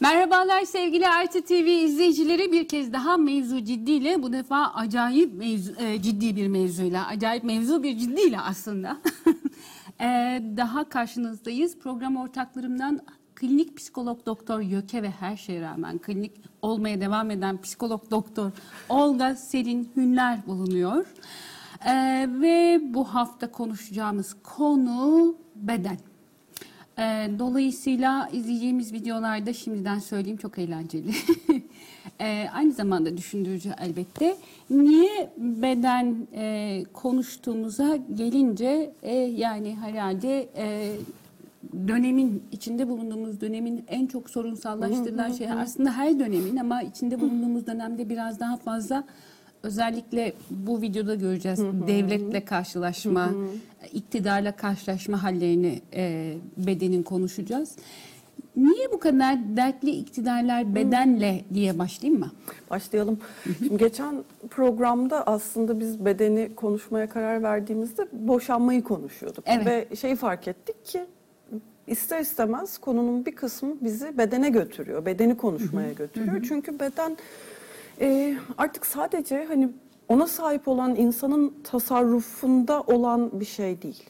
Merhabalar sevgili Artı TV izleyicileri, bir kez daha mevzu ciddiyle, bu defa acayip ciddi bir mevzuyla, acayip mevzu bir ciddiyle aslında daha karşınızdayız. Program ortaklarımdan klinik psikolog doktor Yöke ve her şeye rağmen klinik olmaya devam eden psikolog doktor Olga Selin Hünler bulunuyor. Ve bu hafta konuşacağımız konu beden. Dolayısıyla izleyeceğimiz videolarda şimdiden söyleyeyim çok eğlenceli. Aynı zamanda düşündürücü elbette. Niye beden konuştuğumuza gelince yani herhalde dönemin, içinde bulunduğumuz dönemin en çok sorunsallaştırılan şey aslında her dönemin, ama içinde bulunduğumuz dönemde biraz daha fazla. Özellikle bu videoda göreceğiz devletle karşılaşma, iktidarla karşılaşma hallerini bedenin konuşacağız. Niye bu kadar dertli iktidarlar bedenle diye başlayayım mı? Başlayalım. Şimdi geçen programda aslında biz bedeni konuşmaya karar verdiğimizde boşanmayı konuşuyorduk. Evet. Ve şeyi fark ettik ki ister istemez konunun bir kısmı bizi bedene götürüyor, bedeni konuşmaya götürüyor. Çünkü beden artık sadece hani ona sahip olan insanın tasarrufunda olan bir şey değil.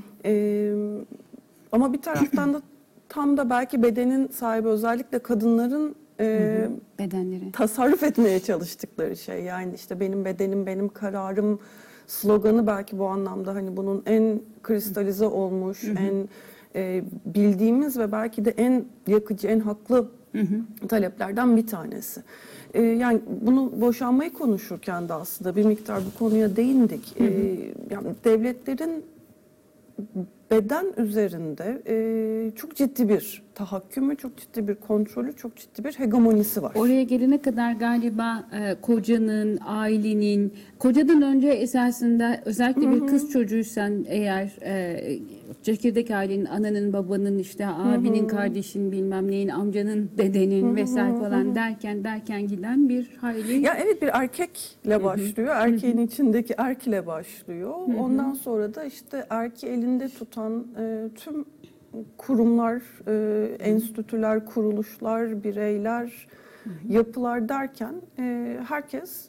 Ama bir taraftan da tam da belki bedenin sahibi, özellikle kadınların bedenleri tasarruf etmeye çalıştıkları şey. Yani işte benim bedenim, benim kararım sloganı belki bu anlamda hani bunun en kristalize olmuş, en bildiğimiz ve belki de en yakıcı, en haklı taleplerden bir tanesi. Yani bunu boşanmayı konuşurken de aslında bir miktar bu konuya değindik. Yani devletlerin beden üzerinde çok ciddi bir tahakkümü, çok ciddi bir kontrolü, çok ciddi bir hegemonisi var. oraya gelene kadar galiba kocanın, ailenin, kocadan önce esasında özellikle bir kız çocuğuysan eğer çekirdek ailenin, ananın, babanın, işte abinin, kardeşin, bilmem neyin, amcanın, dedenin vesaire falan derken giden bir hayli. Ya evet, bir erkekle başlıyor. Erkeğin içindeki erk ile başlıyor. Ondan sonra da işte erki elinde tutan tüm kurumlar, enstitüler, kuruluşlar, bireyler, yapılar derken herkes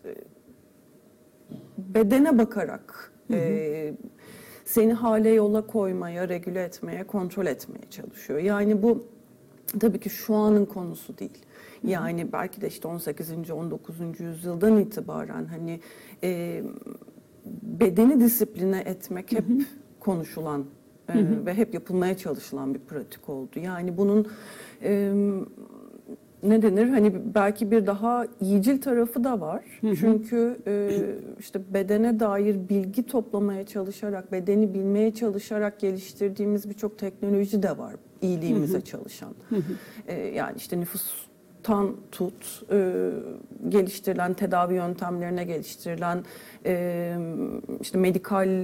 bedene bakarak seni hale yola koymaya, regüle etmeye, kontrol etmeye çalışıyor. Yani bu tabii ki şu anın konusu değil. Yani belki de işte 18. 19. yüzyıldan itibaren hani bedeni disipline etmek hep konuşulan ve hep yapılmaya çalışılan bir pratik oldu. Yani bunun ne denir? Hani belki bir daha iyicil tarafı da var. Çünkü işte bedene dair bilgi toplamaya çalışarak, bedeni bilmeye çalışarak geliştirdiğimiz birçok teknoloji de var iyiliğimize çalışan. Yani işte nüfustan tut, geliştirilen tedavi yöntemlerine geliştirilen işte medikal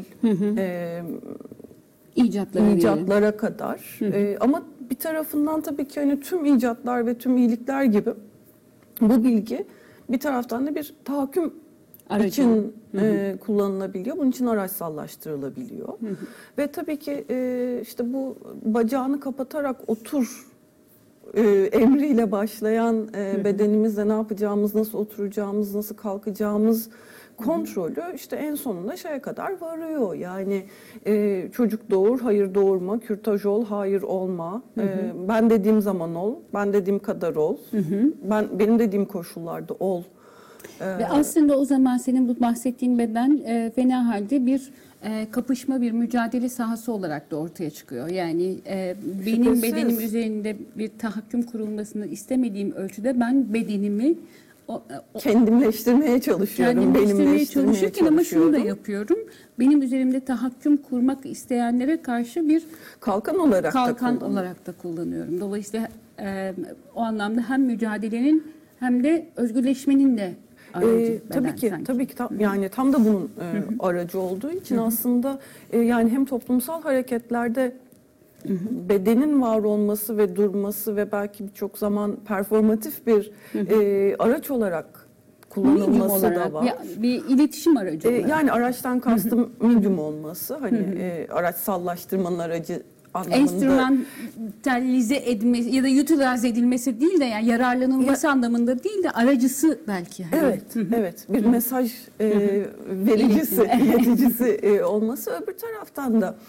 icatlara kadar. Ama bir tarafından tabii ki hani tüm icatlar ve tüm iyilikler gibi bu bilgi bir taraftan da bir tahakküm için kullanılabiliyor. Bunun için araçsallaştırılabiliyor. Ve tabii ki işte bu bacağını kapatarak otur emriyle başlayan bedenimizle ne yapacağımız, nasıl oturacağımız, nasıl kalkacağımız kontrolü işte en sonunda şeye kadar varıyor. Yani çocuk doğur, hayır doğurma, kürtaj ol, hayır olma, ben dediğim zaman ol, ben dediğim kadar ol, benim dediğim koşullarda ol. Ve aslında o zaman senin bu bahsettiğin beden fena halde bir kapışma, bir mücadele sahası olarak da ortaya çıkıyor. Yani benim bedenim üzerinde bir tahakküm kurulmasını istemediğim ölçüde ben bedenimi kendimleştirmeye çalışıyorum. Benimleştirmeye çalışırken ama şunu da yapıyorum. Benim üzerimde tahakküm kurmak isteyenlere karşı bir kalkan olarak da kullanıyorum. Dolayısıyla o anlamda hem mücadelenin hem de özgürleşmenin de aracı beden tabii ki yani tam da bunun aracı olduğu için aslında yani hem toplumsal hareketlerde bedenin var olması ve durması ve belki birçok zaman performatif bir araç olarak kullanılması da var. Bir iletişim aracı olarak. Yani araçtan kastım medium olması. Hani araçsallaştırmanın aracı anlamında. Enstrümantalize edilmesi ya da utilize edilmesi değil de yani yararlanılması anlamında değil de aracısı belki. Evet, evet. Bir mesaj vericisi, ileticisi olması. Öbür taraftan da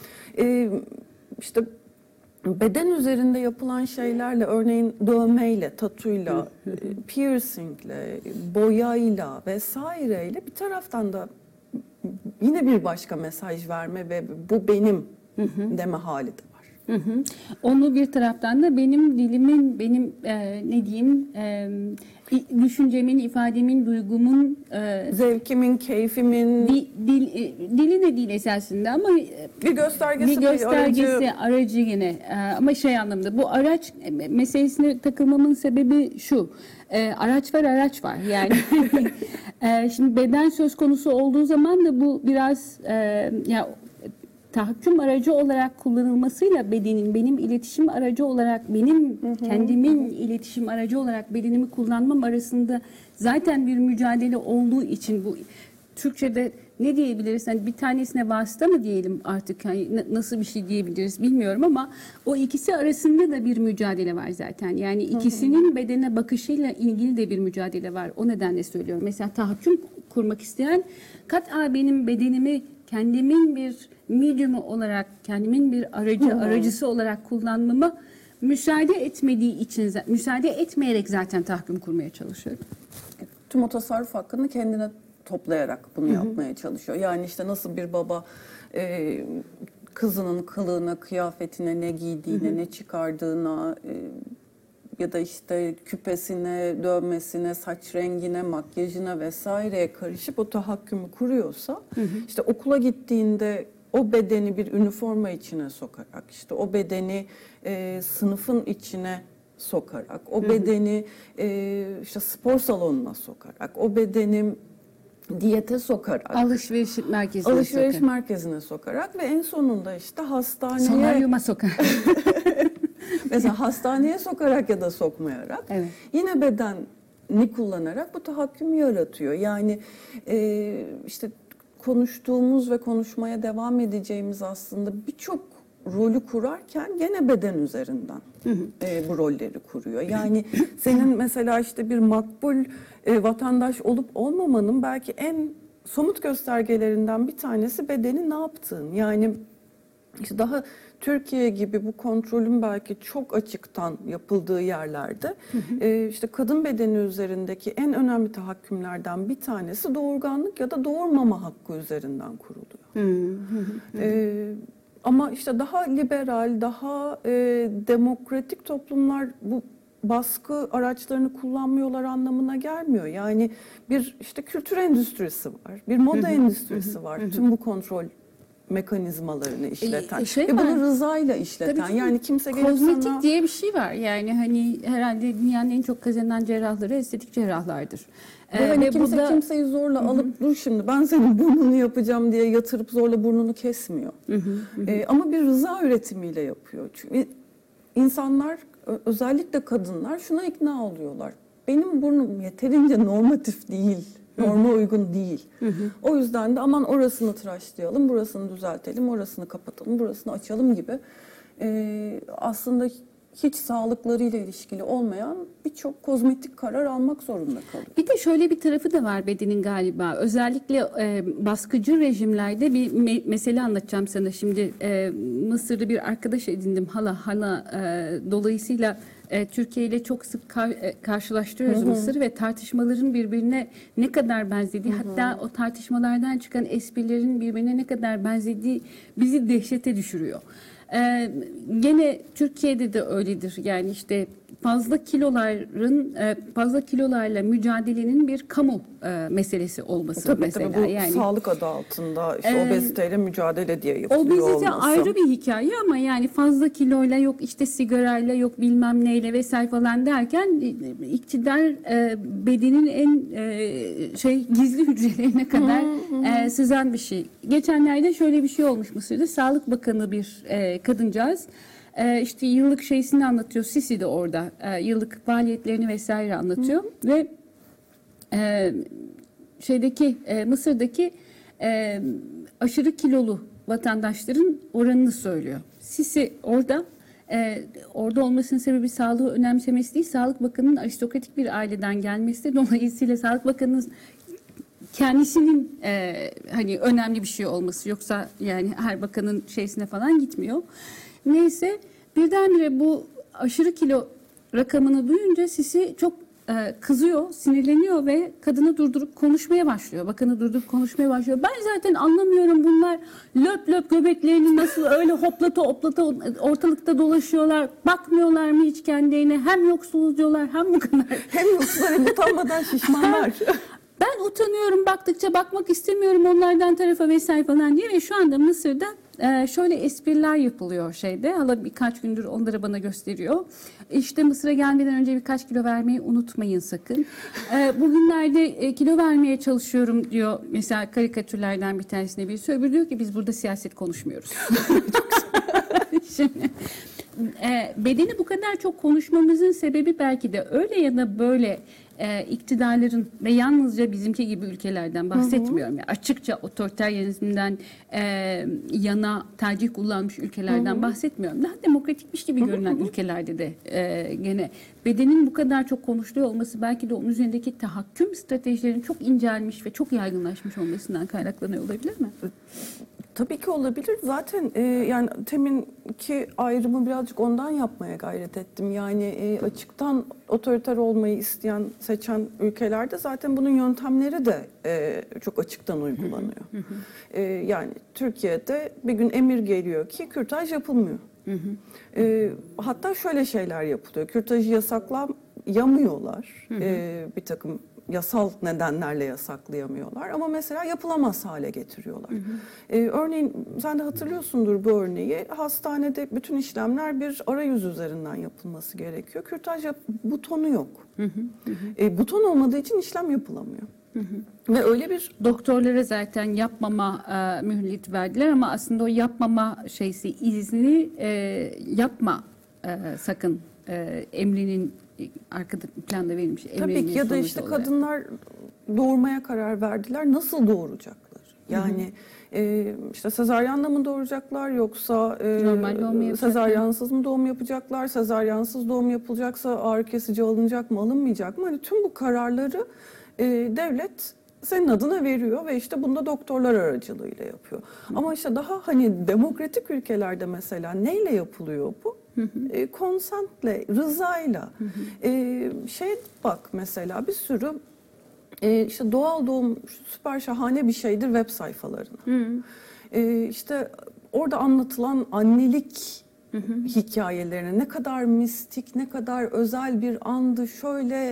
işte beden üzerinde yapılan şeylerle, örneğin dövmeyle, tatuyla, piercingle, boyayla vesaireyle bir taraftan da yine bir başka mesaj verme ve bu benim deme hali de var. Onu bir taraftan da benim dilimin, benim ne diyeyim, düşüncemin, ifademin, duygumun, zevkimin, keyfimin, dili de değil esasında ama bir göstergesi, aracı yine. Ama şey anlamda bu araç meselesine takılmamın sebebi şu. Araç var yani. Şimdi beden söz konusu olduğu zaman da bu biraz ya tahakküm aracı olarak kullanılmasıyla bedenin, benim iletişim aracı olarak, benim kendimin iletişim aracı olarak bedenimi kullanmam arasında zaten bir mücadele olduğu için bu Türkçe'de ne diyebiliriz? Yani bir tanesine vasıta mı diyelim artık? Yani nasıl bir şey diyebiliriz bilmiyorum ama o ikisi arasında da bir mücadele var zaten. Yani ikisinin bedene bakışıyla ilgili de bir mücadele var. O nedenle söylüyorum. Mesela tahakküm kurmak isteyen benim bedenimi kendimin bir medium'u olarak, kendimin bir aracısı olarak kullanmama müsaade etmediği için, müsaade etmeyerek zaten tahakküm kurmaya çalışıyor. Tüm o tasarruf hakkını kendine toplayarak bunu yapmaya çalışıyor. Yani işte nasıl bir baba kızının kılığına, kıyafetine, ne giydiğine, ne çıkardığına ya da işte küpesine, dövmesine, saç rengine, makyajına vesaireye karışıp o tahakkümü kuruyorsa, işte okula gittiğinde o bedeni bir üniforma içine sokarak, işte o bedeni sınıfın içine sokarak, o bedeni işte spor salonuna sokarak, o bedeni diyete sokarak, alışveriş merkezine sokarak ve en sonunda işte hastaneye, solaryuma sokarak. Mesela hastaneye sokarak ya da sokmayarak, yine bedeni kullanarak bu tahakkümü yaratıyor. Yani işte konuştuğumuz ve konuşmaya devam edeceğimiz aslında birçok rolü kurarken gene beden üzerinden bu rolleri kuruyor. Yani senin mesela işte bir makbul vatandaş olup olmamanın belki en somut göstergelerinden bir tanesi bedeni ne yaptığın. Yani işte daha Türkiye gibi bu kontrolün belki çok açıktan yapıldığı yerlerde işte kadın bedeni üzerindeki en önemli tahakkümlerden bir tanesi doğurganlık ya da doğurmama hakkı üzerinden kuruluyor. Ama işte daha liberal, daha demokratik toplumlar bu baskı araçlarını kullanmıyorlar anlamına gelmiyor. Yani bir işte kültür endüstrisi var, bir moda endüstrisi var. Tüm bu kontrol mekanizmalarını işleten ve bunu rızayla işleten. Tabii, yani kimse gelip kozmetik sana diye bir şey var. Yani hani herhalde dünyanın en çok kazanan cerrahları estetik cerrahlardır. Ve hani kimseyi zorla alıp dur şimdi ben senin burnunu yapacağım diye yatırıp zorla burnunu kesmiyor. Ama bir rıza üretimiyle yapıyor. Çünkü insanlar, özellikle kadınlar şuna ikna oluyorlar. Benim burnum yeterince normatif değil. Norma uygun değil. O yüzden de aman orasını tıraşlayalım, burasını düzeltelim, orasını kapatalım, burasını açalım gibi aslında hiç sağlıklarıyla ilişkili olmayan birçok kozmetik karar almak zorunda kalıyor. Bir de şöyle bir tarafı da var bedenin galiba. Özellikle baskıcı rejimlerde bir mesele anlatacağım sana. Şimdi Mısır'da bir arkadaş edindim hala dolayısıyla Türkiye ile çok sık karşılaştırıyoruz Mısır'ı ve tartışmaların birbirine ne kadar benzediği, hatta o tartışmalardan çıkan esprilerin birbirine ne kadar benzediği bizi dehşete düşürüyor. Gene Türkiye'de de öyledir. Yani işte fazla kilolarla mücadelenin bir kamu meselesi olması tabii, mesela. Tabii bu yani sağlık adı altında işte obeziteyle mücadele diye yapılıyor olması. Obezite ayrı bir hikaye ama yani fazla kiloyla yok işte sigarayla yok bilmem neyle vesaire falan derken iktidar bedenin en gizli hücrelerine kadar sızan bir şey. Geçenlerde şöyle bir şey olmuş Mısır'da. Sağlık Bakanı bir kadıncağız. İşte yıllık şeysini anlatıyor. Sisi de orada. Yıllık faaliyetlerini vesaire anlatıyor. Ve Mısır'daki aşırı kilolu vatandaşların oranını söylüyor. Sisi orada olmasının sebebi sağlığı önemsemesi değil, Sağlık Bakanı'nın aristokratik bir aileden gelmesi. Dolayısıyla Sağlık Bakanı'nın kendisinin hani önemli bir şey olması, yoksa yani her bakanın şeysine falan gitmiyor. Neyse, birdenbire bu aşırı kilo rakamını duyunca Sisi çok kızıyor, sinirleniyor ve kadını durdurup konuşmaya başlıyor. Bakanı durdurup konuşmaya başlıyor. Ben zaten anlamıyorum, bunlar löp löp göbeklerini nasıl öyle hoplata hoplata ortalıkta dolaşıyorlar. Bakmıyorlar mı hiç kendilerine? Hem yoksuluz diyorlar, hem bu kadar. Hem yoksullar hem utanmadan şişmanlar. Ben utanıyorum, baktıkça bakmak istemiyorum onlardan tarafa vesaire falan diye. Ve şu anda Mısır'da şöyle espriler yapılıyor şeyde. Hala birkaç gündür onları bana gösteriyor. İşte Mısır'a gelmeden önce birkaç kilo vermeyi unutmayın sakın. Bugünlerde kilo vermeye çalışıyorum diyor. Mesela karikatürlerden bir tanesine birisi. Öbürü diyor ki biz burada siyaset konuşmuyoruz. Şimdi, bedeni bu kadar çok konuşmamızın sebebi belki de öyle ya da böyle iktidarların ve yalnızca bizimki gibi ülkelerden bahsetmiyorum. Yani açıkça otoriteryenizmden yana tercih kullanmış ülkelerden bahsetmiyorum. Daha demokratikmiş gibi görünen ülkelerde de gene bedenin bu kadar çok konuşuluyor olması belki de onun üzerindeki tahakküm stratejilerinin çok incelmiş ve çok yaygınlaşmış olmasından kaynaklanıyor olabilir mi? Tabii ki olabilir. Zaten yani teminki ayrımı birazcık ondan yapmaya gayret ettim. Yani açıktan otoriter olmayı isteyen, seçen ülkelerde zaten bunun yöntemleri de çok açıktan uygulanıyor. Yani Türkiye'de bir gün emir geliyor ki kürtaj yapılmıyor. Hatta şöyle şeyler yapılıyor. Kürtajı yasaklayamıyorlar. Bir takım yasal nedenlerle yasaklayamıyorlar ama mesela yapılamaz hale getiriyorlar. Örneğin sen de hatırlıyorsundur bu örneği. Hastanede bütün işlemler bir arayüz üzerinden yapılması gerekiyor. Kürtaj butonu yok. Buton olmadığı için işlem yapılamıyor. Ve öyle bir doktorlara zaten yapmama mühlet verdiler ama aslında o yapmama izni yapma sakın emrinin arkada planda verilmiş. Tabii ki, ya da işte olarak kadınlar doğurmaya karar verdiler. Nasıl doğuracaklar? Yani işte sezaryenle mi doğuracaklar yoksa sezaryansız mı doğum yapacaklar? Sezaryansız doğum yapılacaksa ağrı kesici alınacak mı, alınmayacak mı? Hani tüm bu kararları devlet senin adına veriyor ve işte bunda doktorlar aracılığıyla yapıyor. Ama işte daha hani demokratik ülkelerde mesela neyle yapılıyor bu? Konsentle, rızayla. Bak mesela bir sürü işte doğal doğum süper şahane bir şeydir web sayfalarına. İşte orada anlatılan annelik hikayelerine ne kadar mistik, ne kadar özel bir andı. Şöyle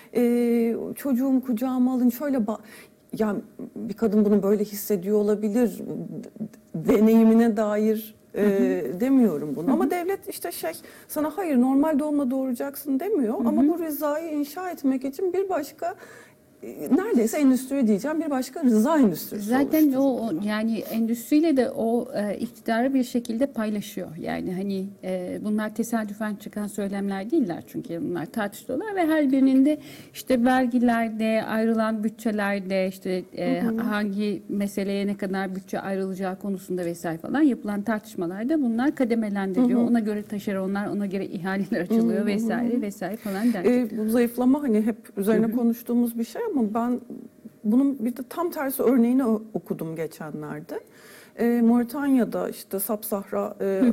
çocuğum kucağıma alın, şöyle yani bir kadın bunu böyle hissediyor olabilir, deneyimine dair demiyorum bunu. Ama devlet işte sana hayır normal doğumla doğuracaksın demiyor. Ama bu rızayı inşa etmek için bir başka neredeyse endüstri diyeceğim, bir başka rıza endüstrisi zaten o yani endüstriyle de o iktidarı bir şekilde paylaşıyor. Yani hani bunlar tesadüfen çıkan söylemler değiller çünkü bunlar tartışılıyorlar ve her birinin de işte vergilerde, ayrılan bütçelerde, işte hangi meseleye ne kadar bütçe ayrılacağı konusunda vesaire falan yapılan tartışmalarda bunlar kademelendiriliyor. Ona göre taşeronlar, ona göre ihaleler açılıyor vesaire vesaire falan derken. Bu zayıflama hani hep üzerine konuştuğumuz bir şey ama ben bunun bir de tam tersi örneğini okudum geçenlerde. Moritanya'da işte Sapsahra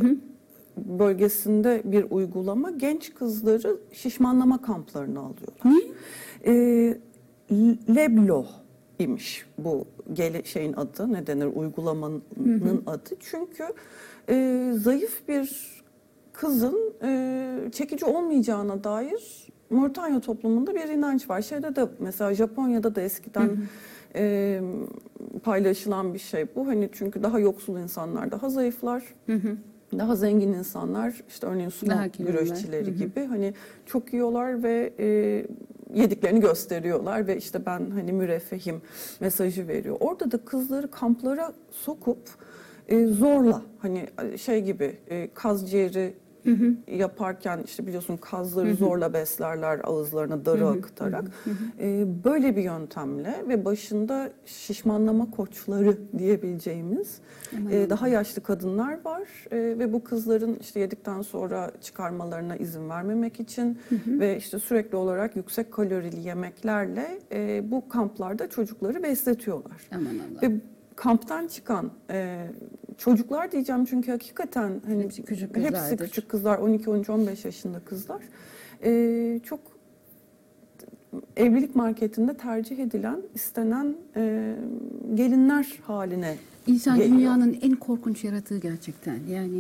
bölgesinde bir uygulama, genç kızları şişmanlama kamplarına alıyorlar. Leblo imiş bu şeyin adı, ne denir, uygulamanın adı. Çünkü zayıf bir kızın çekici olmayacağına dair Moritanya toplumunda bir inanç var. Şeyde de mesela Japonya'da da eskiden paylaşılan bir şey bu. Hani çünkü daha yoksul insanlar daha zayıflar. Daha zengin insanlar işte örneğin sumo güreşçileri gibi hani çok yiyorlar ve yediklerini gösteriyorlar ve işte ben hani müreffehim mesajı veriyor. Orada da kızları kamplara sokup zorla hani şey gibi kaz ciğeri yaparken işte biliyorsun kazları zorla beslerler ağızlarına darı akıtarak. Böyle bir yöntemle ve başında şişmanlama koçları diyebileceğimiz daha yaşlı kadınlar var ve bu kızların işte yedikten sonra çıkarmalarına izin vermemek için ve işte sürekli olarak yüksek kalorili yemeklerle bu kamplarda çocukları besletiyorlar. Aman Allah. Ve kamptan çıkan çocuklar diyeceğim çünkü hakikaten hani Hepsi küçük hepsi kızlardır. küçük kızlar, 12, 13, 15 yaşında kızlar. Çok evlilik marketinde tercih edilen, istenen gelinler haline İnsan geliyor. dünyanın en korkunç yaratığı gerçekten. Yani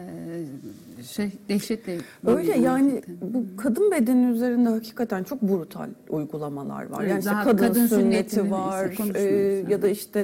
dehşetle. Öyle yani gerçekten. bu kadın bedeni üzerinde hakikaten çok brutal uygulamalar var. Evet, Yani işte daha kadın kadın sünneti sünnetini var ise konuşmuyoruz. ya da işte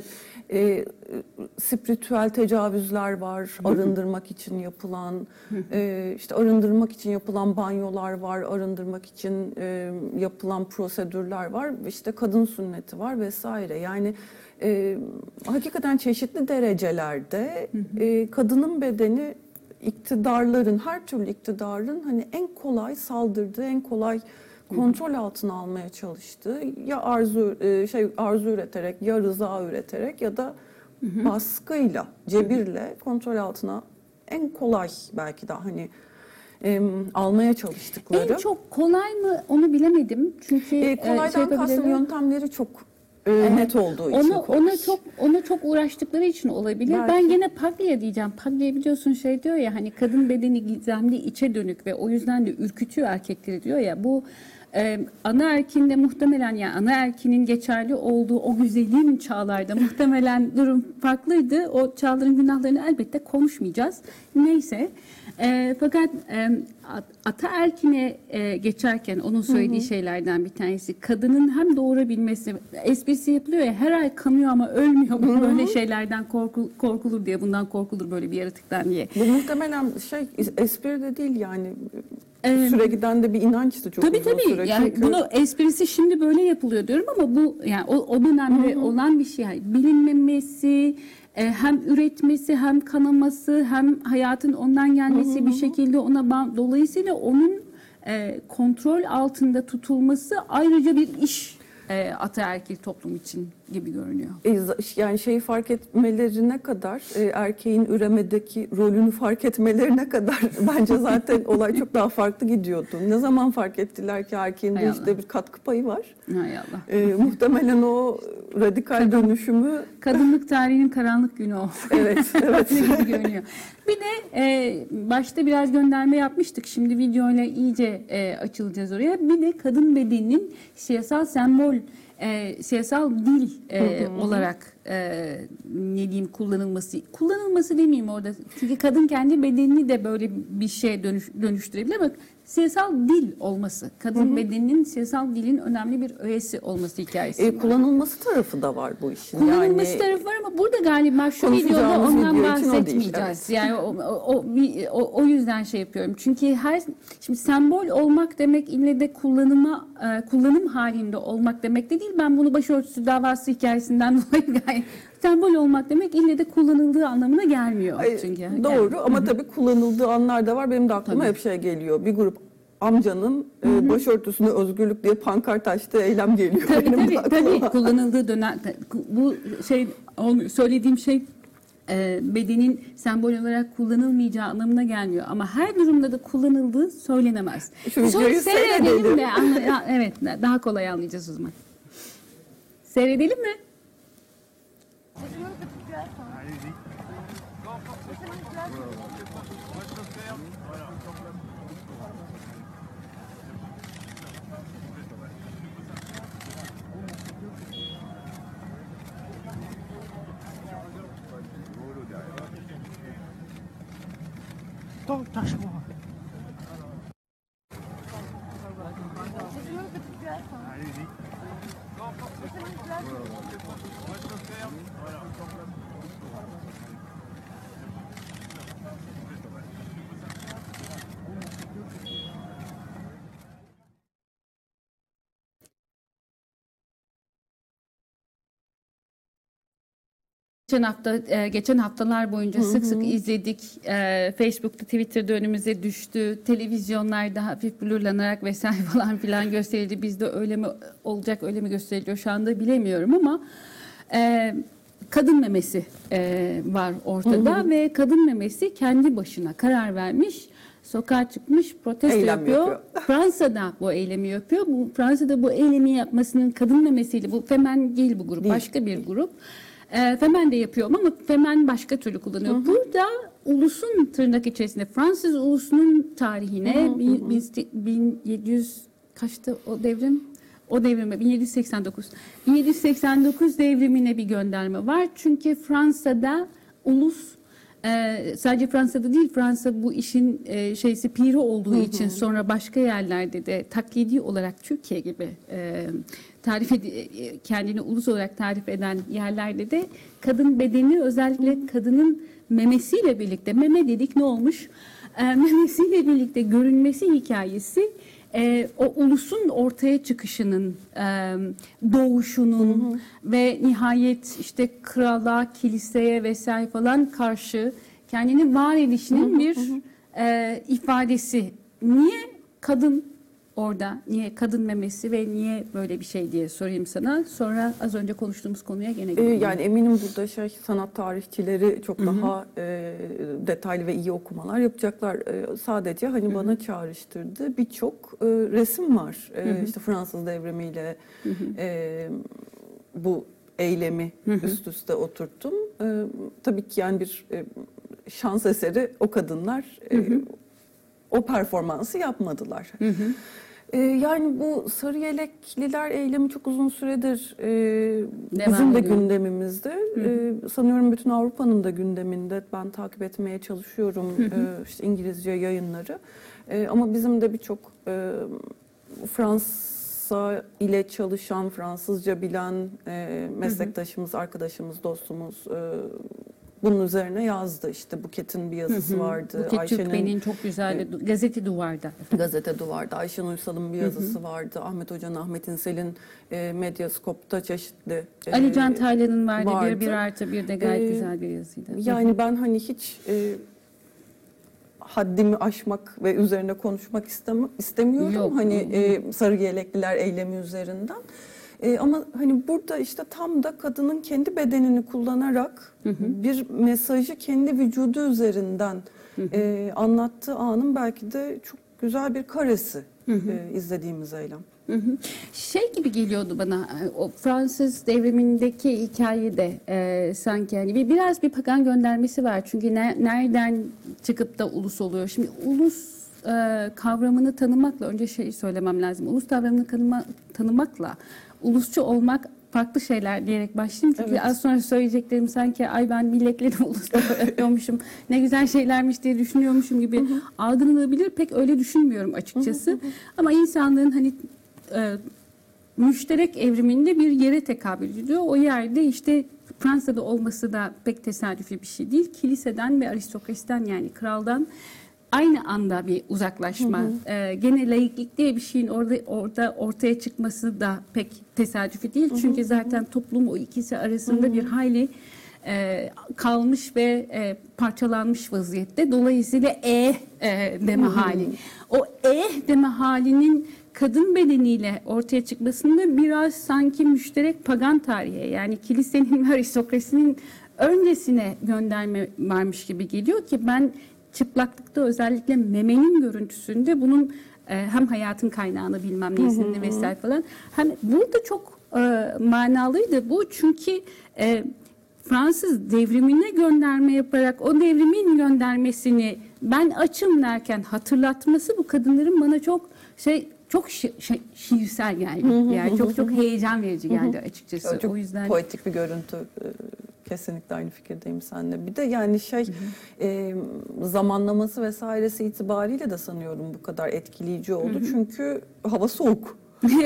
spiritüel tecavüzler var, arındırmak için yapılan işte arındırmak için yapılan banyolar var, arındırmak için yapılan prosedürler var, işte kadın sünneti var vesaire. Yani hakikaten çeşitli derecelerde kadının bedeni iktidarların, her türlü iktidarın hani en kolay saldırdığı, en kolay kontrol altına almaya çalıştığı ya arzu üreterek ya rıza üreterek ya da baskıyla, cebirle kontrol altına en kolay belki de hani almaya çalıştıkları. En çok kolay mı onu bilemedim. Çünkü Kolaydan kastım yöntemleri çok net olduğu için kolay. ona çok uğraştıkları için olabilir. Belki. Ben gene Paglia diyeceğim. Paglia biliyorsun şey diyor ya hani kadın bedeni gizemli, içe dönük ve o yüzden de ürkütüyor erkekleri diyor ya. Bu ana erkinde muhtemelen yani ana erkinin geçerli olduğu o güzelim çağlarda muhtemelen durum farklıydı. O çağların günahlarını elbette konuşmayacağız. Neyse. Fakat ataerkine geçerken onun söylediği şeylerden bir tanesi kadının hem doğurabilmesi, esprisi yapılıyor ya her ay kanıyor ama ölmüyor bu böyle şeylerden korkulur diye, bundan korkulur böyle bir yaratıktan diye. Bu muhtemelen espri de değil yani süre giden de bir inançtı çok Tabii uzun tabii. süre. Yani Çünkü bunu esprisi şimdi böyle yapılıyor diyorum ama bu yani o dönemde olan bir şey. Yani bilinmemesi, hem üretmesi, hem kanaması, hem hayatın ondan gelmesi bir şekilde ona dolayısıyla onun kontrol altında tutulması ayrıca bir iş ataerkil toplum için gibi görünüyor. Yani şeyi fark etmelerine kadar, erkeğin üremedeki rolünü fark etmelerine kadar bence zaten olay çok daha farklı gidiyordu. Ne zaman fark ettiler ki erkeğin bu Hay işte Allah. bir katkı payı var. Hay Allah. Muhtemelen o radikal dönüşümü Kadınlık tarihinin karanlık günü o. evet gibi görünüyor. Bir de başta biraz gönderme yapmıştık. Şimdi videoyla iyice açılacağız oraya. Bir de kadın bedeninin siyasal sembol, siyasal dil olarak ne diyeyim kullanılması demeyeyim orada. Çünkü kadın kendi bedenini de böyle bir şeye dönüştürebilir. Bak siyasal dil olması, kadın bedeninin siyasal dilin önemli bir öğesi olması hikayesi var. kullanılması tarafı da var bu işin. Kullanılması Yani tarafı var ama burada galiba şu videoda konuşacağımız ondan video için o değil, bahsetmeyeceğiz. Yani o yüzden şey yapıyorum. Çünkü şimdi sembol olmak demek ille de kullanım halinde olmak demek de değil. Ben bunu başörtüsü davası hikayesinden dolayı gayet sembol olmak demek ille de kullanıldığı anlamına gelmiyor. Çünkü doğru ama tabii kullanıldığı anlar da var. Benim de aklıma hep şey geliyor. Bir grup amcanın başörtüsüne özgürlük diye pankart açtığı eylem geliyor. Tabii kullanıldığı dönem bu şey olmuyor. Söylediğim şey bedenin sembol olarak kullanılmayacağı anlamına gelmiyor. Ama her durumda da kullanıldığı söylenemez. Şu videoyu seyredelim. de evet daha kolay anlayacağız o zaman. Seyredelim mi? geçen haftalar boyunca sık sık izledik. Facebook'ta, Twitter'da önümüze düştü. Televizyonlarda hafif blurlanarak vesaire falan filan gösterildi. Bizde öyle mi olacak, öyle mi gösteriliyor şu anda bilemiyorum ama kadın memesi var ortada ve kadın memesi kendi başına karar vermiş. Sokağa çıkmış, protesto Eylem yapıyor. Fransa'da bu eylemi yapıyor. Fransa'da bu eylemi yapmasının kadın memesiyle, bu Femen değil bu grup, başka bir grup. Femen de yapıyor ama Femen başka türlü kullanıyor. Burada ulusun tırnak içerisinde Fransız ulusunun tarihine 1700 kaçtı o devrim? O devrime 1789. 1789 devrimine bir gönderme var. Çünkü Fransa'da ulus sadece Fransa'da değil, Fransa bu işin piri olduğu için sonra başka yerlerde de taklidi olarak Türkiye gibi kendini ulus olarak tarif eden yerlerde de kadın bedeni, özellikle kadının memesiyle birlikte, meme dedik ne olmuş? Memesiyle birlikte görünmesi hikayesi o ulusun ortaya çıkışının, doğuşunun ve nihayet işte krala, kiliseye vesaire falan karşı kendini var edişinin bir ifadesi. Niye kadın orada, niye kadın memesi ve niye böyle bir şey diye sorayım sana. Sonra az önce konuştuğumuz konuya gene geleyim. Yani eminim burada sanat tarihçileri çok daha detaylı ve iyi okumalar yapacaklar. Sadece hani bana çağrıştırdı birçok resim var. İşte Fransız devrimiyle bu eylemi üst üste oturttum. Tabii ki yani bir şans eseri o kadınlar o performansı yapmadılar. Yani bu sarı yelekliler eylemi çok uzun süredir bizim de gündemimizde. Sanıyorum bütün Avrupa'nın da gündeminde. Ben takip etmeye çalışıyorum işte İngilizce yayınları. Ama bizim de birçok Fransa ile çalışan, Fransızca bilen meslektaşımız, arkadaşımız, dostumuz bunun üzerine yazdı. İşte Buket'in bir yazısı vardı. Buket Türkmen'in çok güzel Gazete Duvar'da. Gazete Duvar'da. Ayşen Uysal'ın bir yazısı vardı. Ahmet Hoca'nın, Ahmet İnsel'in Medyascope'da çeşitli Ali Can Taylan'ın vardı. 1+1 de gayet güzel bir yazıydı. Yani ben hani hiç haddimi aşmak ve üzerine konuşmak istemiyorum. Yok. Hani sarı yelekliler eylemi üzerinden. Ama hani burada işte tam da kadının kendi bedenini kullanarak bir mesajı kendi vücudu üzerinden anlattığı anın belki de çok güzel bir karesi izlediğimiz eylem. Şey gibi geliyordu bana, o Fransız devrimindeki hikayede sanki yani biraz bir pagan göndermesi var. Çünkü nereden çıkıp da ulus oluyor? Şimdi ulus kavramını tanımakla, önce söylemem lazım. Ulus kavramını tanımakla ulusçu olmak farklı şeyler diyerek başlayayım. Çünkü az sonra söyleyeceklerim sanki ay ben milletleri uluslar yapıyormuşum, ne güzel şeylermiş diye düşünüyormuşum gibi algılanabilir. Pek öyle düşünmüyorum açıkçası. Ama insanlığın hani müşterek evriminde bir yere tekabül ediyor. O yerde işte Fransa'da olması da pek tesadüfi bir şey değil. Kiliseden ve aristokrasiden, yani kraldan aynı anda bir uzaklaşma. Gene laiklik diye bir şeyin orada ortaya çıkması da pek tesadüfi değil. Çünkü zaten toplum o ikisi arasında bir hayli kalmış ve parçalanmış vaziyette. Dolayısıyla deme hali. O deme halinin kadın bedeniyle ortaya çıkmasında biraz sanki müşterek pagan tarihe, yani kilisenin ve aristokrasinin öncesine gönderme varmış gibi geliyor ki ben çıplaklıkta, özellikle memenin görüntüsünde bunun hem hayatın kaynağını bilmem nesini vesaire falan, hem burada çok manalıydı bu, çünkü Fransız devrimine gönderme yaparak o devrimin göndermesini ben açım derken hatırlatması bu kadınların bana çok şiirsel geldi. Yani çok heyecan verici geldi açıkçası. Çok o yüzden poetik bir görüntü. Kesinlikle aynı fikirdeyim seninle. Bir de yani zamanlaması vesairesi itibariyle de sanıyorum bu kadar etkileyici oldu. Çünkü hava soğuk.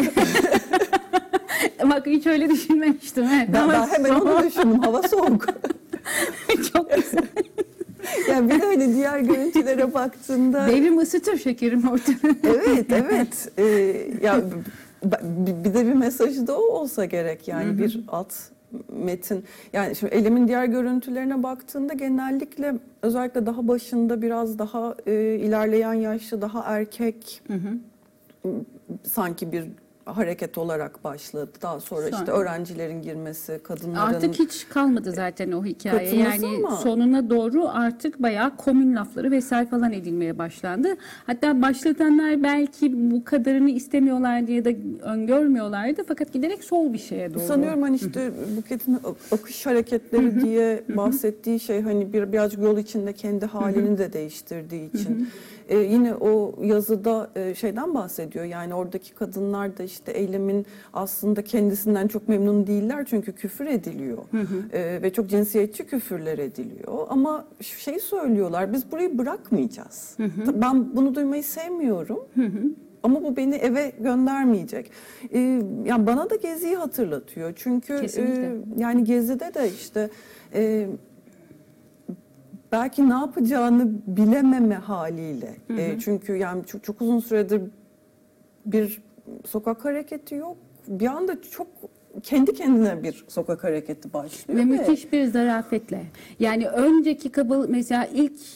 Bak hiç öyle düşünmemiştim. Evet. Ben hemen onu düşündüm. Hava soğuk. Çok güzel. Yani bir de hani diğer görüntülere baktığında... Devrim ısıtır şekerim ortada. Evet. Ya bir de bir mesajı da o olsa gerek. Yani bir alt metin. Yani şimdi Eylem'in diğer görüntülerine baktığında genellikle özellikle daha başında biraz daha ilerleyen yaşlı, daha erkek sanki bir hareket olarak başladı. Daha sonra işte öğrencilerin girmesi, kadınların... Artık hiç kalmadı zaten o hikaye. Yani ama sonuna doğru artık bayağı komün lafları vesaire falan edilmeye başlandı. Hatta başlatanlar belki bu kadarını istemiyorlar diye de öngörmüyorlardı. Fakat giderek sol bir şeye doğru. Sanıyorum hani işte Buket'in akış hareketleri diye bahsettiği şey hani birazcık yol içinde kendi halini de değiştirdiği için. Yine o yazıda şeyden bahsediyor. Yani oradaki kadınlar da işte Eylem'in aslında kendisinden çok memnun değiller çünkü küfür ediliyor. Ve çok cinsiyetçi küfürler ediliyor. Ama şeyi söylüyorlar, biz burayı bırakmayacağız. Ben bunu duymayı sevmiyorum. Ama bu beni eve göndermeyecek. Yani bana da Gezi'yi hatırlatıyor. Çünkü yani Gezi'de de işte belki ne yapacağını bilememe haliyle. Çünkü yani çok uzun süredir bir sokak hareketi yok. Bir anda çok kendi kendine bir sokak hareketi başlıyor. Ve müthiş bir zarafetle. Yani önceki mesela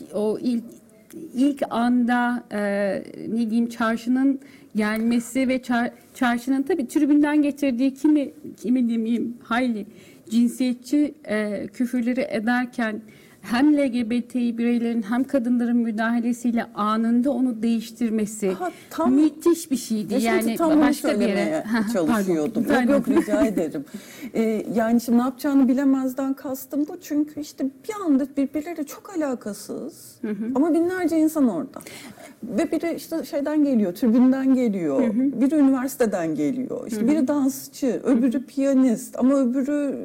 ilk anda ne diyeyim çarşının gelmesi ve çarşının tabii tribünden getirdiği kimi diyeyim hayli cinsiyetçi küfürleri ederken hem LGBT bireylerin hem kadınların müdahalesiyle anında onu değiştirmesi müthiş bir şeydi. Yani başka bir yere çalışıyordum. Yok rica ederim. Yani şimdi ne yapacağını bilemezden kastım bu. Çünkü işte bir anda birbirleriyle çok alakasız ama binlerce insan orada. Ve biri işte şeyden geliyor, tribünden geliyor, biri üniversiteden geliyor. İşte biri dansçı, öbürü piyanist ama öbürü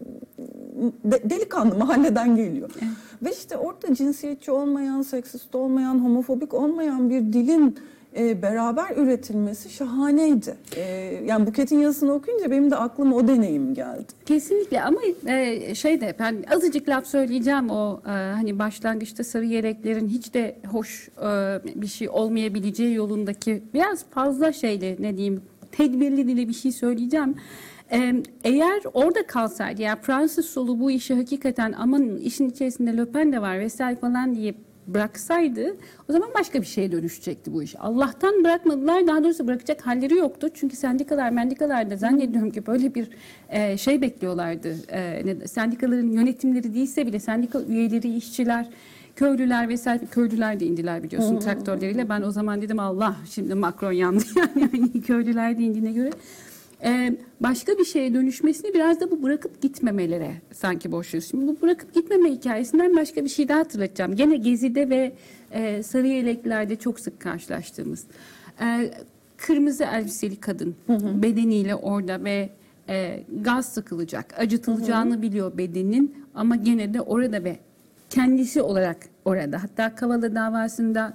delikanlı mahalleden geliyor. Ve işte orada cinsiyetçi olmayan, seksist olmayan, homofobik olmayan bir dilin beraber üretilmesi şahaneydi. Yani Buket'in yazısını okuyunca benim de aklıma o deneyim geldi. Kesinlikle ama ben azıcık laf söyleyeceğim o hani başlangıçta sarı yeleklerin hiç de hoş bir şey olmayabileceği yolundaki biraz fazla ne diyeyim tedbirli dile bir şey söyleyeceğim. Eğer orada kalsaydı ya Fransız solu bu işi hakikaten aman işin içerisinde Le Pen de var vesaire falan diye bıraksaydı o zaman başka bir şeye dönüşecekti bu iş. Allah'tan bırakmadılar, daha doğrusu bırakacak halleri yoktu. Çünkü sendikalar da zannediyorum ki böyle bir bekliyorlardı. Sendikaların yönetimleri değilse bile sendika üyeleri, işçiler, köylüler vesaire, köylüler de indiler biliyorsun traktörleriyle. Ben o zaman dedim Allah şimdi Macron yandı yani köylüler de indiğine göre. Başka bir şeye dönüşmesini biraz da bu bırakıp gitmemelere sanki borçluyuz. Şimdi bu bırakıp gitmeme hikayesinden başka bir şey daha hatırlatacağım. Gene Gezi'de ve sarı yeleklerde çok sık karşılaştığımız kırmızı elbiseli kadın bedeniyle orada ve gaz sıkılacak, acıtılacağını biliyor bedeninin ama gene de orada ve kendisi olarak orada. Hatta Kavala davasında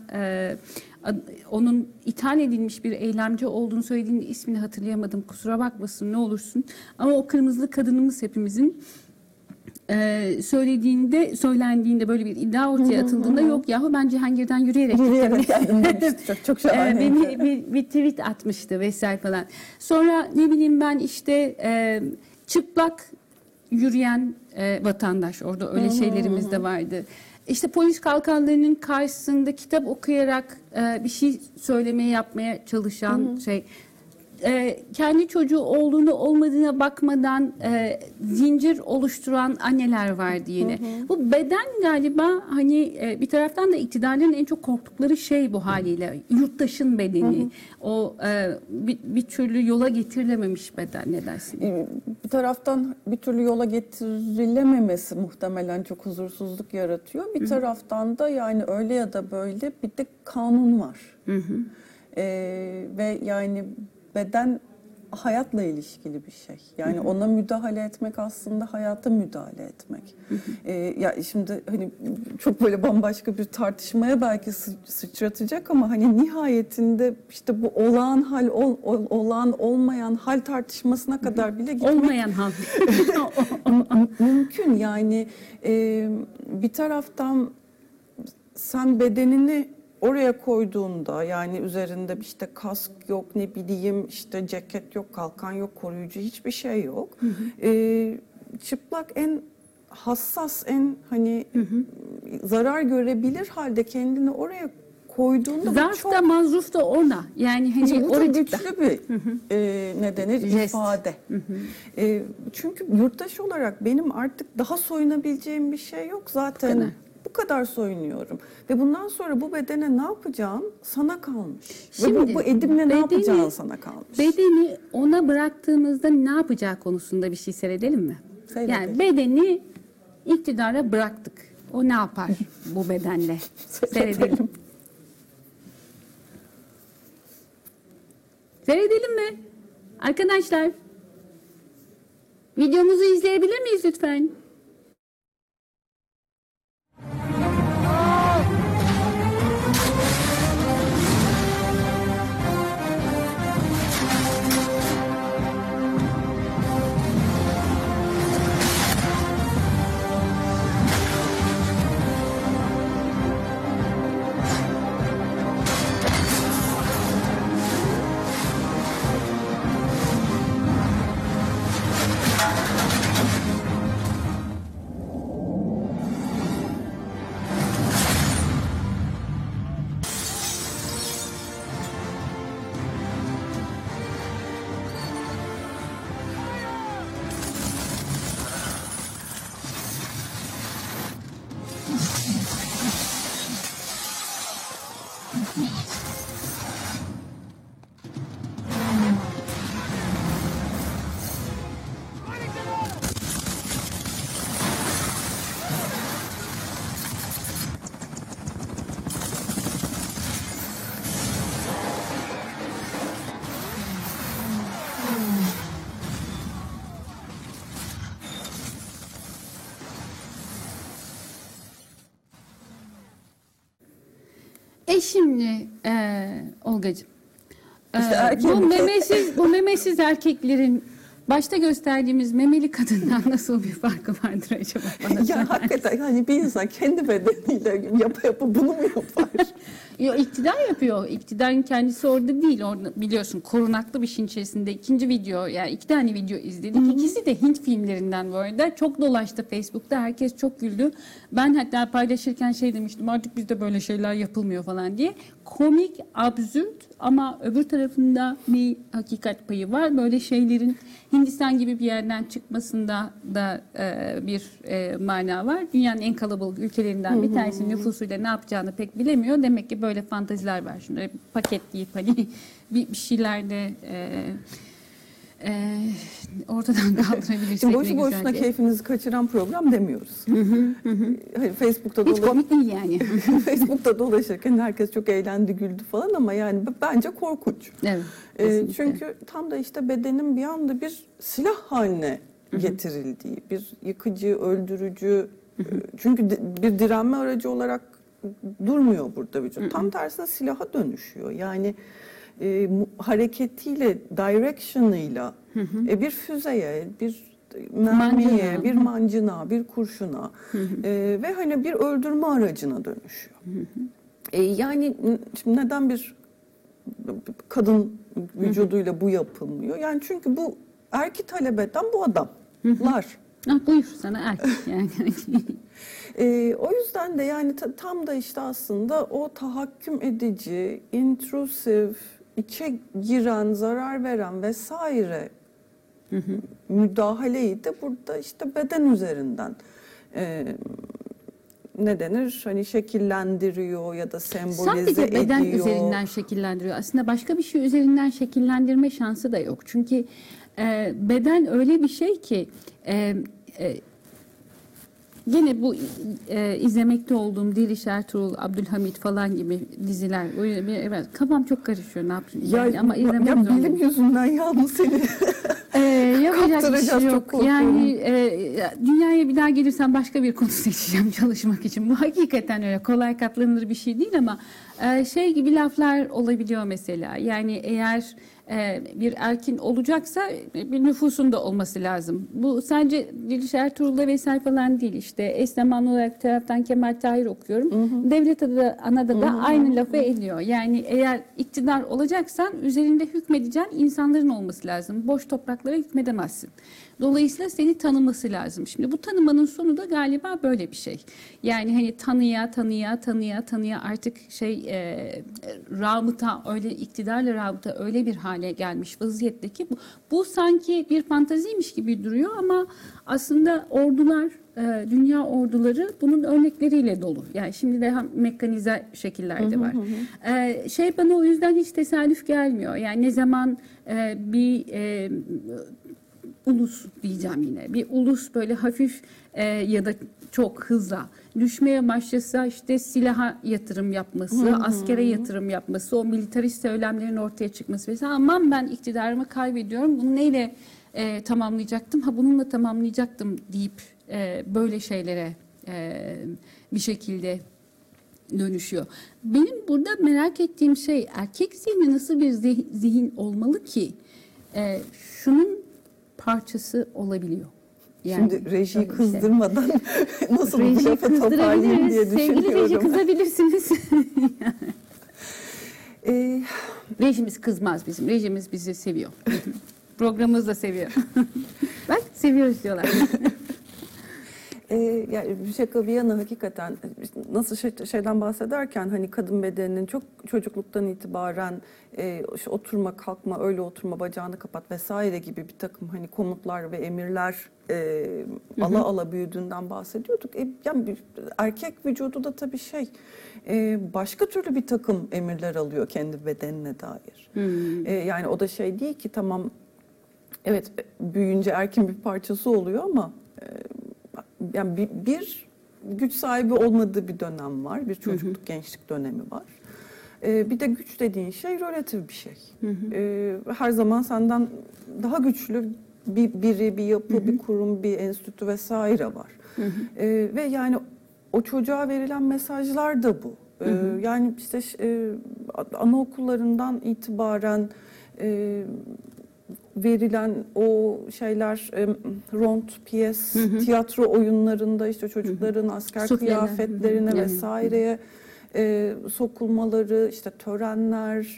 onun ithal edilmiş bir eylemci olduğunu söylediğinde ismini hatırlayamadım. Kusura bakmasın ne olursun. Ama o kırmızılı kadınımız hepimizin söylendiğinde böyle bir iddia ortaya atıldığında yok yahu ben Cihangir'den yürüyerek geldim demişti. Çok şahane. Beni bir tweet atmıştı vesaire falan. Sonra ne bileyim ben işte çıplak yürüyen vatandaş orada öyle şeylerimiz de vardı. İşte polis kalkanlarının karşısında kitap okuyarak bir şey söylemeye yapmaya çalışan kendi çocuğu olduğunu olmadığına bakmadan zincir oluşturan anneler vardı yine. Bu beden galiba hani bir taraftan da iktidarların en çok korktukları şey bu haliyle. Yurttaşın bedeni. O bir türlü yola getirilememiş beden ne dersin? Bir taraftan bir türlü yola getirilememesi muhtemelen çok huzursuzluk yaratıyor. Bir taraftan da yani öyle ya da böyle bir de kanun var. Ve yani beden hayatla ilişkili bir şey. Yani ona müdahale etmek aslında hayata müdahale etmek. Ya şimdi hani çok böyle bambaşka bir tartışmaya belki sıçratacak ama hani nihayetinde işte bu olağan hal olağan olmayan hal tartışmasına kadar bile gitmek olmayan hal mümkün. Yani bir taraftan sen bedenini oraya koyduğunda yani üzerinde işte kask yok ne bileyim işte ceket yok kalkan yok koruyucu hiçbir şey yok. çıplak, en hassas, en hani zarar görebilir halde kendini oraya koyduğunda bu Zarf çok da mazruf da ona. Yani hani bu çok oracıkta. güçlü bir ne denir, Jest. ifade. Çünkü yurttaş olarak benim artık daha soyunabileceğim bir şey yok zaten. Değil mi? Bu kadar soyunuyorum. Ve bundan sonra bu bedene ne yapacağım sana kalmış. Şimdi Ve bu edimle ne bedeni- yapacağın sana kalmış. Bedeni ona bıraktığımızda ne yapacağı konusunda bir şey seyredelim mi? Seyredelim. Yani bedeni iktidara bıraktık. O ne yapar bu bedenle? Seyredelim. Seyredelim mi? Arkadaşlar, videomuzu izleyebilir miyiz lütfen? Şimdi Olgacığım, İşte erkeğin- bu memesiz erkeklerin başta gösterdiğimiz memeli kadından nasıl bir farkı vardır acaba? Bana Ya söyler hakikaten hani bir insan kendi bedeniyle yapa bunu mu yapar? Yo, iktidar yapıyor. İktidarın kendisi orada değil. Orada biliyorsun korunaklı bir şeyin içerisinde ikinci video, yani 2 tane video izledik. İkisi de Hint filmlerinden bu arada. Çok dolaştı Facebook'ta. Herkes çok güldü. Ben hatta paylaşırken şey demiştim, artık bizde böyle şeyler yapılmıyor falan diye. Komik, absürt ama öbür tarafında bir hakikat payı var. Böyle şeylerin Hindistan gibi bir yerden çıkmasında da bir mana var. Dünyanın en kalabalık ülkelerinden bir tanesi nüfusuyla ne yapacağını pek bilemiyor. Demek ki böyle fantaziler var. Şunları paketleyip hani bir şeylerde ortadan kaldırabilirsek Şimdi ne boşu güzel boşuna diye. keyfinizi kaçıran program demiyoruz. Hayır, Facebook'ta Hiç komik değil yani. Facebook'ta dolaşırken herkes çok eğlendi, güldü falan ama yani bence korkunç. Evet. Kesinlikle. Çünkü tam da işte bedenin bir anda bir silah haline getirildiği, bir yıkıcı, öldürücü, çünkü bir direnme aracı olarak durmuyor burada vücut. Tam tersine silaha dönüşüyor. Yani hareketiyle, direction'ıyla bir füzeye, bir mermiye, Mancına. bir mancına, bir kurşuna ve hani bir öldürme aracına dönüşüyor. Yani şimdi neden bir kadın vücuduyla bu yapılmıyor? Yani çünkü bu erki talep eden bu adamlar. Ah, buyur sana erkek yani. O yüzden de yani tam da işte aslında o tahakküm edici, intrusif, içe giren, zarar veren vesaire müdahaleyi de burada işte beden üzerinden ne denir? Hani şekillendiriyor ya da sembolize ediyor. Sadece beden üzerinden şekillendiriyor. Aslında başka bir şey üzerinden şekillendirme şansı da yok. Çünkü beden öyle bir şey ki gene bu izlemekte olduğum Diliş Ertuğrul, Abdülhamit falan gibi diziler. Evet, kafam çok karışıyor, ne yapayım? Ya, Ama izlemek ya zorundayım. bilim yüzünden yalnız seni Yapacak bir kaptıracağız, şey çok yok. korkuyorum. Yani dünyaya bir daha gelirsem başka bir konu seçeceğim çalışmak için. Bu hakikaten öyle kolay katlanılır bir şey değil ama şey gibi laflar olabiliyor mesela. Yani eğer bir erkin olacaksa bir nüfusun da olması lazım. Bu sadece Diliş Ertuğrul'da vesaire falan değil. İşte eş zamanlı olarak bir taraftan Kemal Tahir okuyorum. Devlet adı, anada da aynı lafı ediyor. Yani eğer iktidar olacaksan üzerinde hükmedeceğin insanların olması lazım. Boş topraklara hükmedemezsin. edemezsin. Dolayısıyla seni tanıması lazım. Şimdi bu tanımanın sonu da galiba böyle bir şey. Yani hani tanıya artık rabıta, öyle iktidarla rabıta öyle bir hale gelmiş vaziyette ki bu sanki bir fantaziymiş gibi duruyor ama aslında ordular, dünya orduları bunun örnekleriyle dolu. Yani şimdi daha mekanize şekillerde var. Bana o yüzden hiç tesadüf gelmiyor. Yani ne zaman bir ulus diyeceğim yine. Bir ulus böyle hafif ya da çok hızla düşmeye başlasa işte silaha yatırım yapması, askere yatırım yapması, o militarist söylemlerin ortaya çıkması mesela aman ben iktidarımı kaybediyorum. Bunu neyle tamamlayacaktım? Bununla tamamlayacaktım deyip böyle şeylere bir şekilde dönüşüyor. Benim burada merak ettiğim şey erkek zihni nasıl bir zihin olmalı ki şunun parçası olabiliyor. Yani şimdi rejiyi kızdırmadan nasıl bu lafı toparlayayım diye düşünüyorum. Sevgili reji kızabilirsiniz. Rejimiz kızmaz bizim. Rejimiz bizi seviyor. Programımız da seviyor. Bak seviyoruz diyorlar. Yani şaka bir yana hakikaten nasıl şeyden bahsederken hani kadın bedeninin çok çocukluktan itibaren işte oturma, kalkma, öyle oturma, bacağını kapat vesaire gibi bir takım hani komutlar ve emirler ala büyüdüğünden bahsediyorduk. Yani erkek vücudu da tabii başka türlü bir takım emirler alıyor kendi bedenine dair. Yani o da değil ki tamam evet büyüyünce erkeğin bir parçası oluyor ama yani bir güç sahibi olmadığı bir dönem var. Bir çocukluk, gençlik dönemi var. Bir de güç dediğin şey relatif bir şey. Her zaman senden daha güçlü bir yapı, bir kurum, bir enstitü vesaire var. Ve yani o çocuğa verilen mesajlar da bu. Yani işte anaokullarından itibaren verilen o şeyler rond, piyes, tiyatro oyunlarında işte çocukların asker kıyafetlerine vesaireye sokulmaları, işte törenler,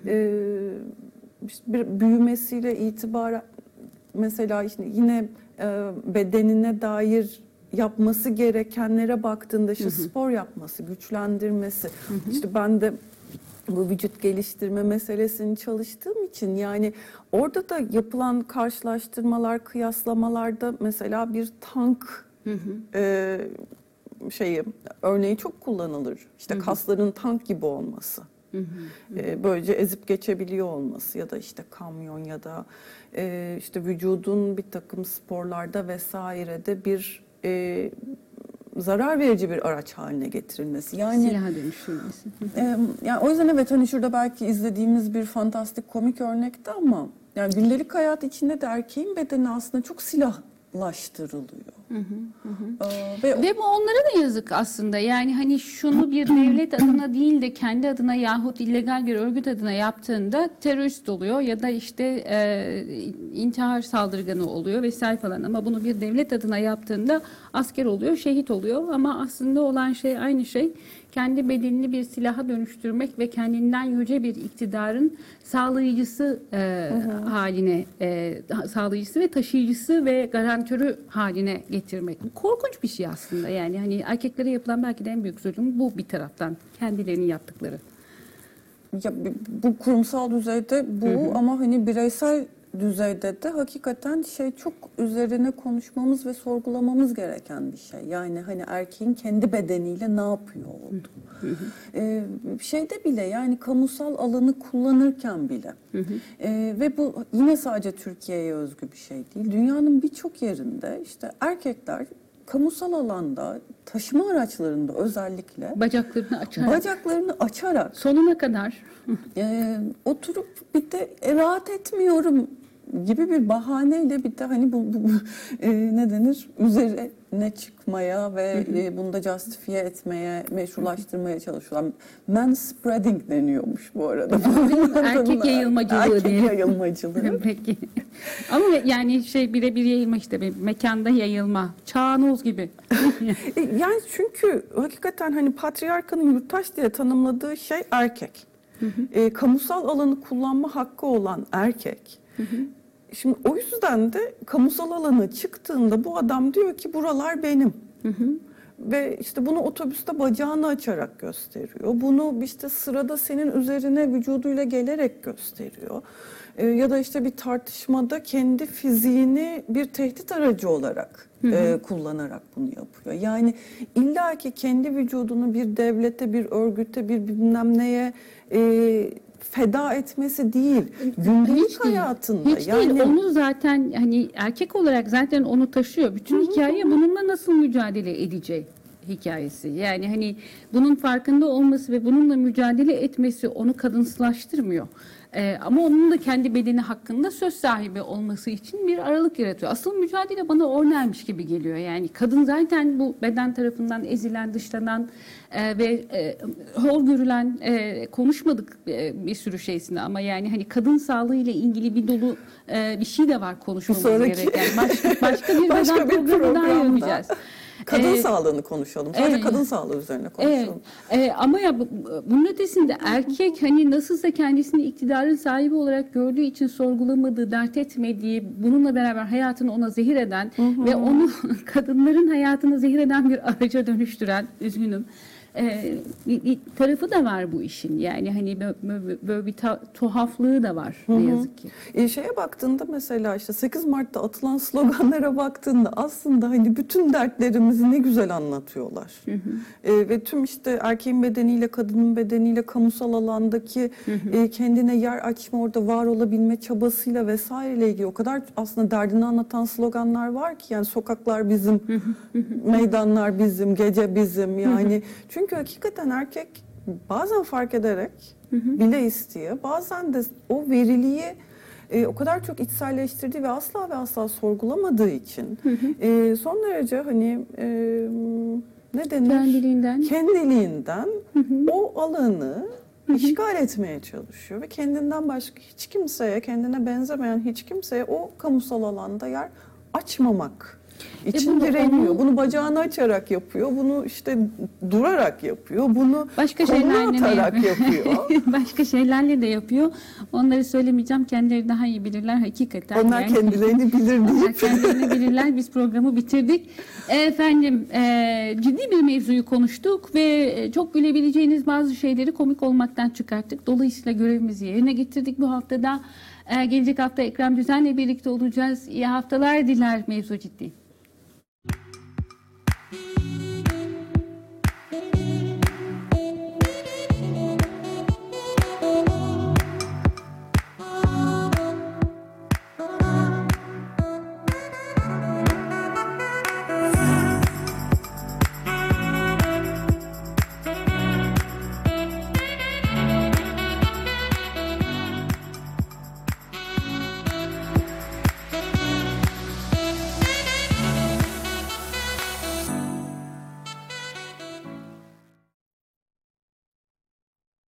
işte bir büyümesiyle itibaren mesela işte yine bedenine dair yapması gerekenlere baktığında işte spor yapması, güçlendirmesi. İşte ben de bu vücut geliştirme meselesini çalıştığım için yani orada da yapılan karşılaştırmalar, kıyaslamalarda mesela bir tank örneği çok kullanılır. İşte kasların tank gibi olması. Böylece ezip geçebiliyor olması ya da işte kamyon ya da işte vücudun bir takım sporlarda vesairede bir zarar verici bir araç haline getirilmesi. Yani silaha dönüştürülmesi. Yani o yüzden evet hani şurada belki izlediğimiz bir fantastik komik örnekti ama yani gündelik hayat içinde de erkeğin bedeni aslında çok silahlaştırılıyor. Ve bu onlara da yazık aslında. Yani hani şunu bir devlet adına değil de kendi adına yahut illegal bir örgüt adına yaptığında terörist oluyor ya da işte intihar saldırganı oluyor vesaire falan. Ama bunu bir devlet adına yaptığında asker oluyor, şehit oluyor. Ama aslında olan şey aynı şey. Kendi bedenini bir silaha dönüştürmek ve kendinden yüce bir iktidarın sağlayıcısı haline, sağlayıcısı ve taşıyıcısı ve garantörü haline getirmek. Bu korkunç bir şey aslında. Yani hani erkeklere yapılan belki de en büyük zulüm bu bir taraftan. Kendilerinin yaptıkları. Ya bu kurumsal düzeyde bu ama hani bireysel düzeyde de hakikaten çok üzerine konuşmamız ve sorgulamamız gereken bir şey. Yani hani erkeğin kendi bedeniyle ne yapıyor oldu. Bile yani kamusal alanı kullanırken bile ve bu yine sadece Türkiye'ye özgü bir şey değil. Dünyanın birçok yerinde işte erkekler kamusal alanda taşıma araçlarında özellikle bacaklarını açarak sonuna kadar oturup bir de rahat etmiyorum gibi bir bahaneyle bir de hani bu ne denir üzerine çıkmaya ve bunu da justifiye etmeye, meşrulaştırmaya çalışıyorlar. Manspreading deniyormuş bu arada. Erkek yayılmacılığı diye. Erkek yayılmacılığı. Peki. Ama yani birebir yayılma işte mekanda yayılma. Çağanoz gibi. Yani çünkü hakikaten hani patriarkanın yurttaş diye tanımladığı şey erkek. Kamusal alanı kullanma hakkı olan erkek. Şimdi o yüzden de kamusal alana çıktığında bu adam diyor ki buralar benim. Ve işte bunu otobüste bacağını açarak gösteriyor. Bunu işte sırada senin üzerine vücuduyla gelerek gösteriyor. Ya da işte bir tartışmada kendi fiziğini bir tehdit aracı olarak kullanarak bunu yapıyor. Yani illaki kendi vücudunu bir devlete, bir örgüte, bir bilmem neye feda etmesi değil. Gündelik hayatında. Hiç değil. Onu zaten hani erkek olarak zaten onu taşıyor. Bütün hikaye bununla nasıl mücadele edeceği hikayesi. Yani hani bunun farkında olması ve bununla mücadele etmesi onu kadınsılaştırmıyor. Ama onun da kendi bedeni hakkında söz sahibi olması için bir aralık yaratıyor. Asıl mücadele bana oradaymış gibi geliyor. Yani kadın zaten bu beden tarafından ezilen, dışlanan ve hor görülen, konuşmadık bir sürü şeysini ama yani hani kadın sağlığı ile ilgili bir dolu bir şey de var konuşmamız gereken. Başka bir beden programı daha yapacağız. Kadın sağlığını konuşalım. Sadece kadın sağlığı üzerine konuşalım. Ama ya bunun ötesinde erkek hani nasılsa kendisini iktidarın sahibi olarak gördüğü için sorgulamadığı, dert etmediği, bununla beraber hayatını ona zehir eden ve onu kadınların hayatını zehir eden bir araca dönüştüren, üzgünüm, bir tarafı da var bu işin. Yani hani böyle bir tuhaflığı da var ne yazık ki. Şeye baktığında mesela işte 8 Mart'ta atılan sloganlara baktığında aslında hani bütün dertlerimizi ne güzel anlatıyorlar. Ve tüm işte erkeğin bedeniyle, kadının bedeniyle, kamusal alandaki kendine yer açma, orada var olabilme çabasıyla vesaireyle ilgili o kadar aslında derdini anlatan sloganlar var ki yani sokaklar bizim, meydanlar bizim, gece bizim yani. Çünkü hakikaten erkek bazen fark ederek bile isteye, bazen de o veriliği o kadar çok içselleştirdiği ve asla sorgulamadığı için son derece hani ne denir? Kendiliğinden o alanı işgal etmeye çalışıyor ve kendinden başka hiç kimseye, kendine benzemeyen hiç kimseye o kamusal alanda yer açmamak için direniyor. Bunu bacağını açarak yapıyor. Bunu işte durarak yapıyor. Bunu başka kolunu atarak yapıyor. Başka şeylerle de yapıyor. Onları söylemeyeceğim. Kendileri daha iyi bilirler hakikaten. Onlar yani kendilerini bilir deyip. Onlar kendilerini bilirler. Biz programı bitirdik. Efendim ciddi bir mevzuyu konuştuk ve çok gülebileceğiniz bazı şeyleri komik olmaktan çıkarttık. Dolayısıyla görevimizi yerine getirdik bu haftada. Gelecek hafta Ekrem Düzen'le birlikte olacağız. İyi haftalar diler Mevzu Ciddi.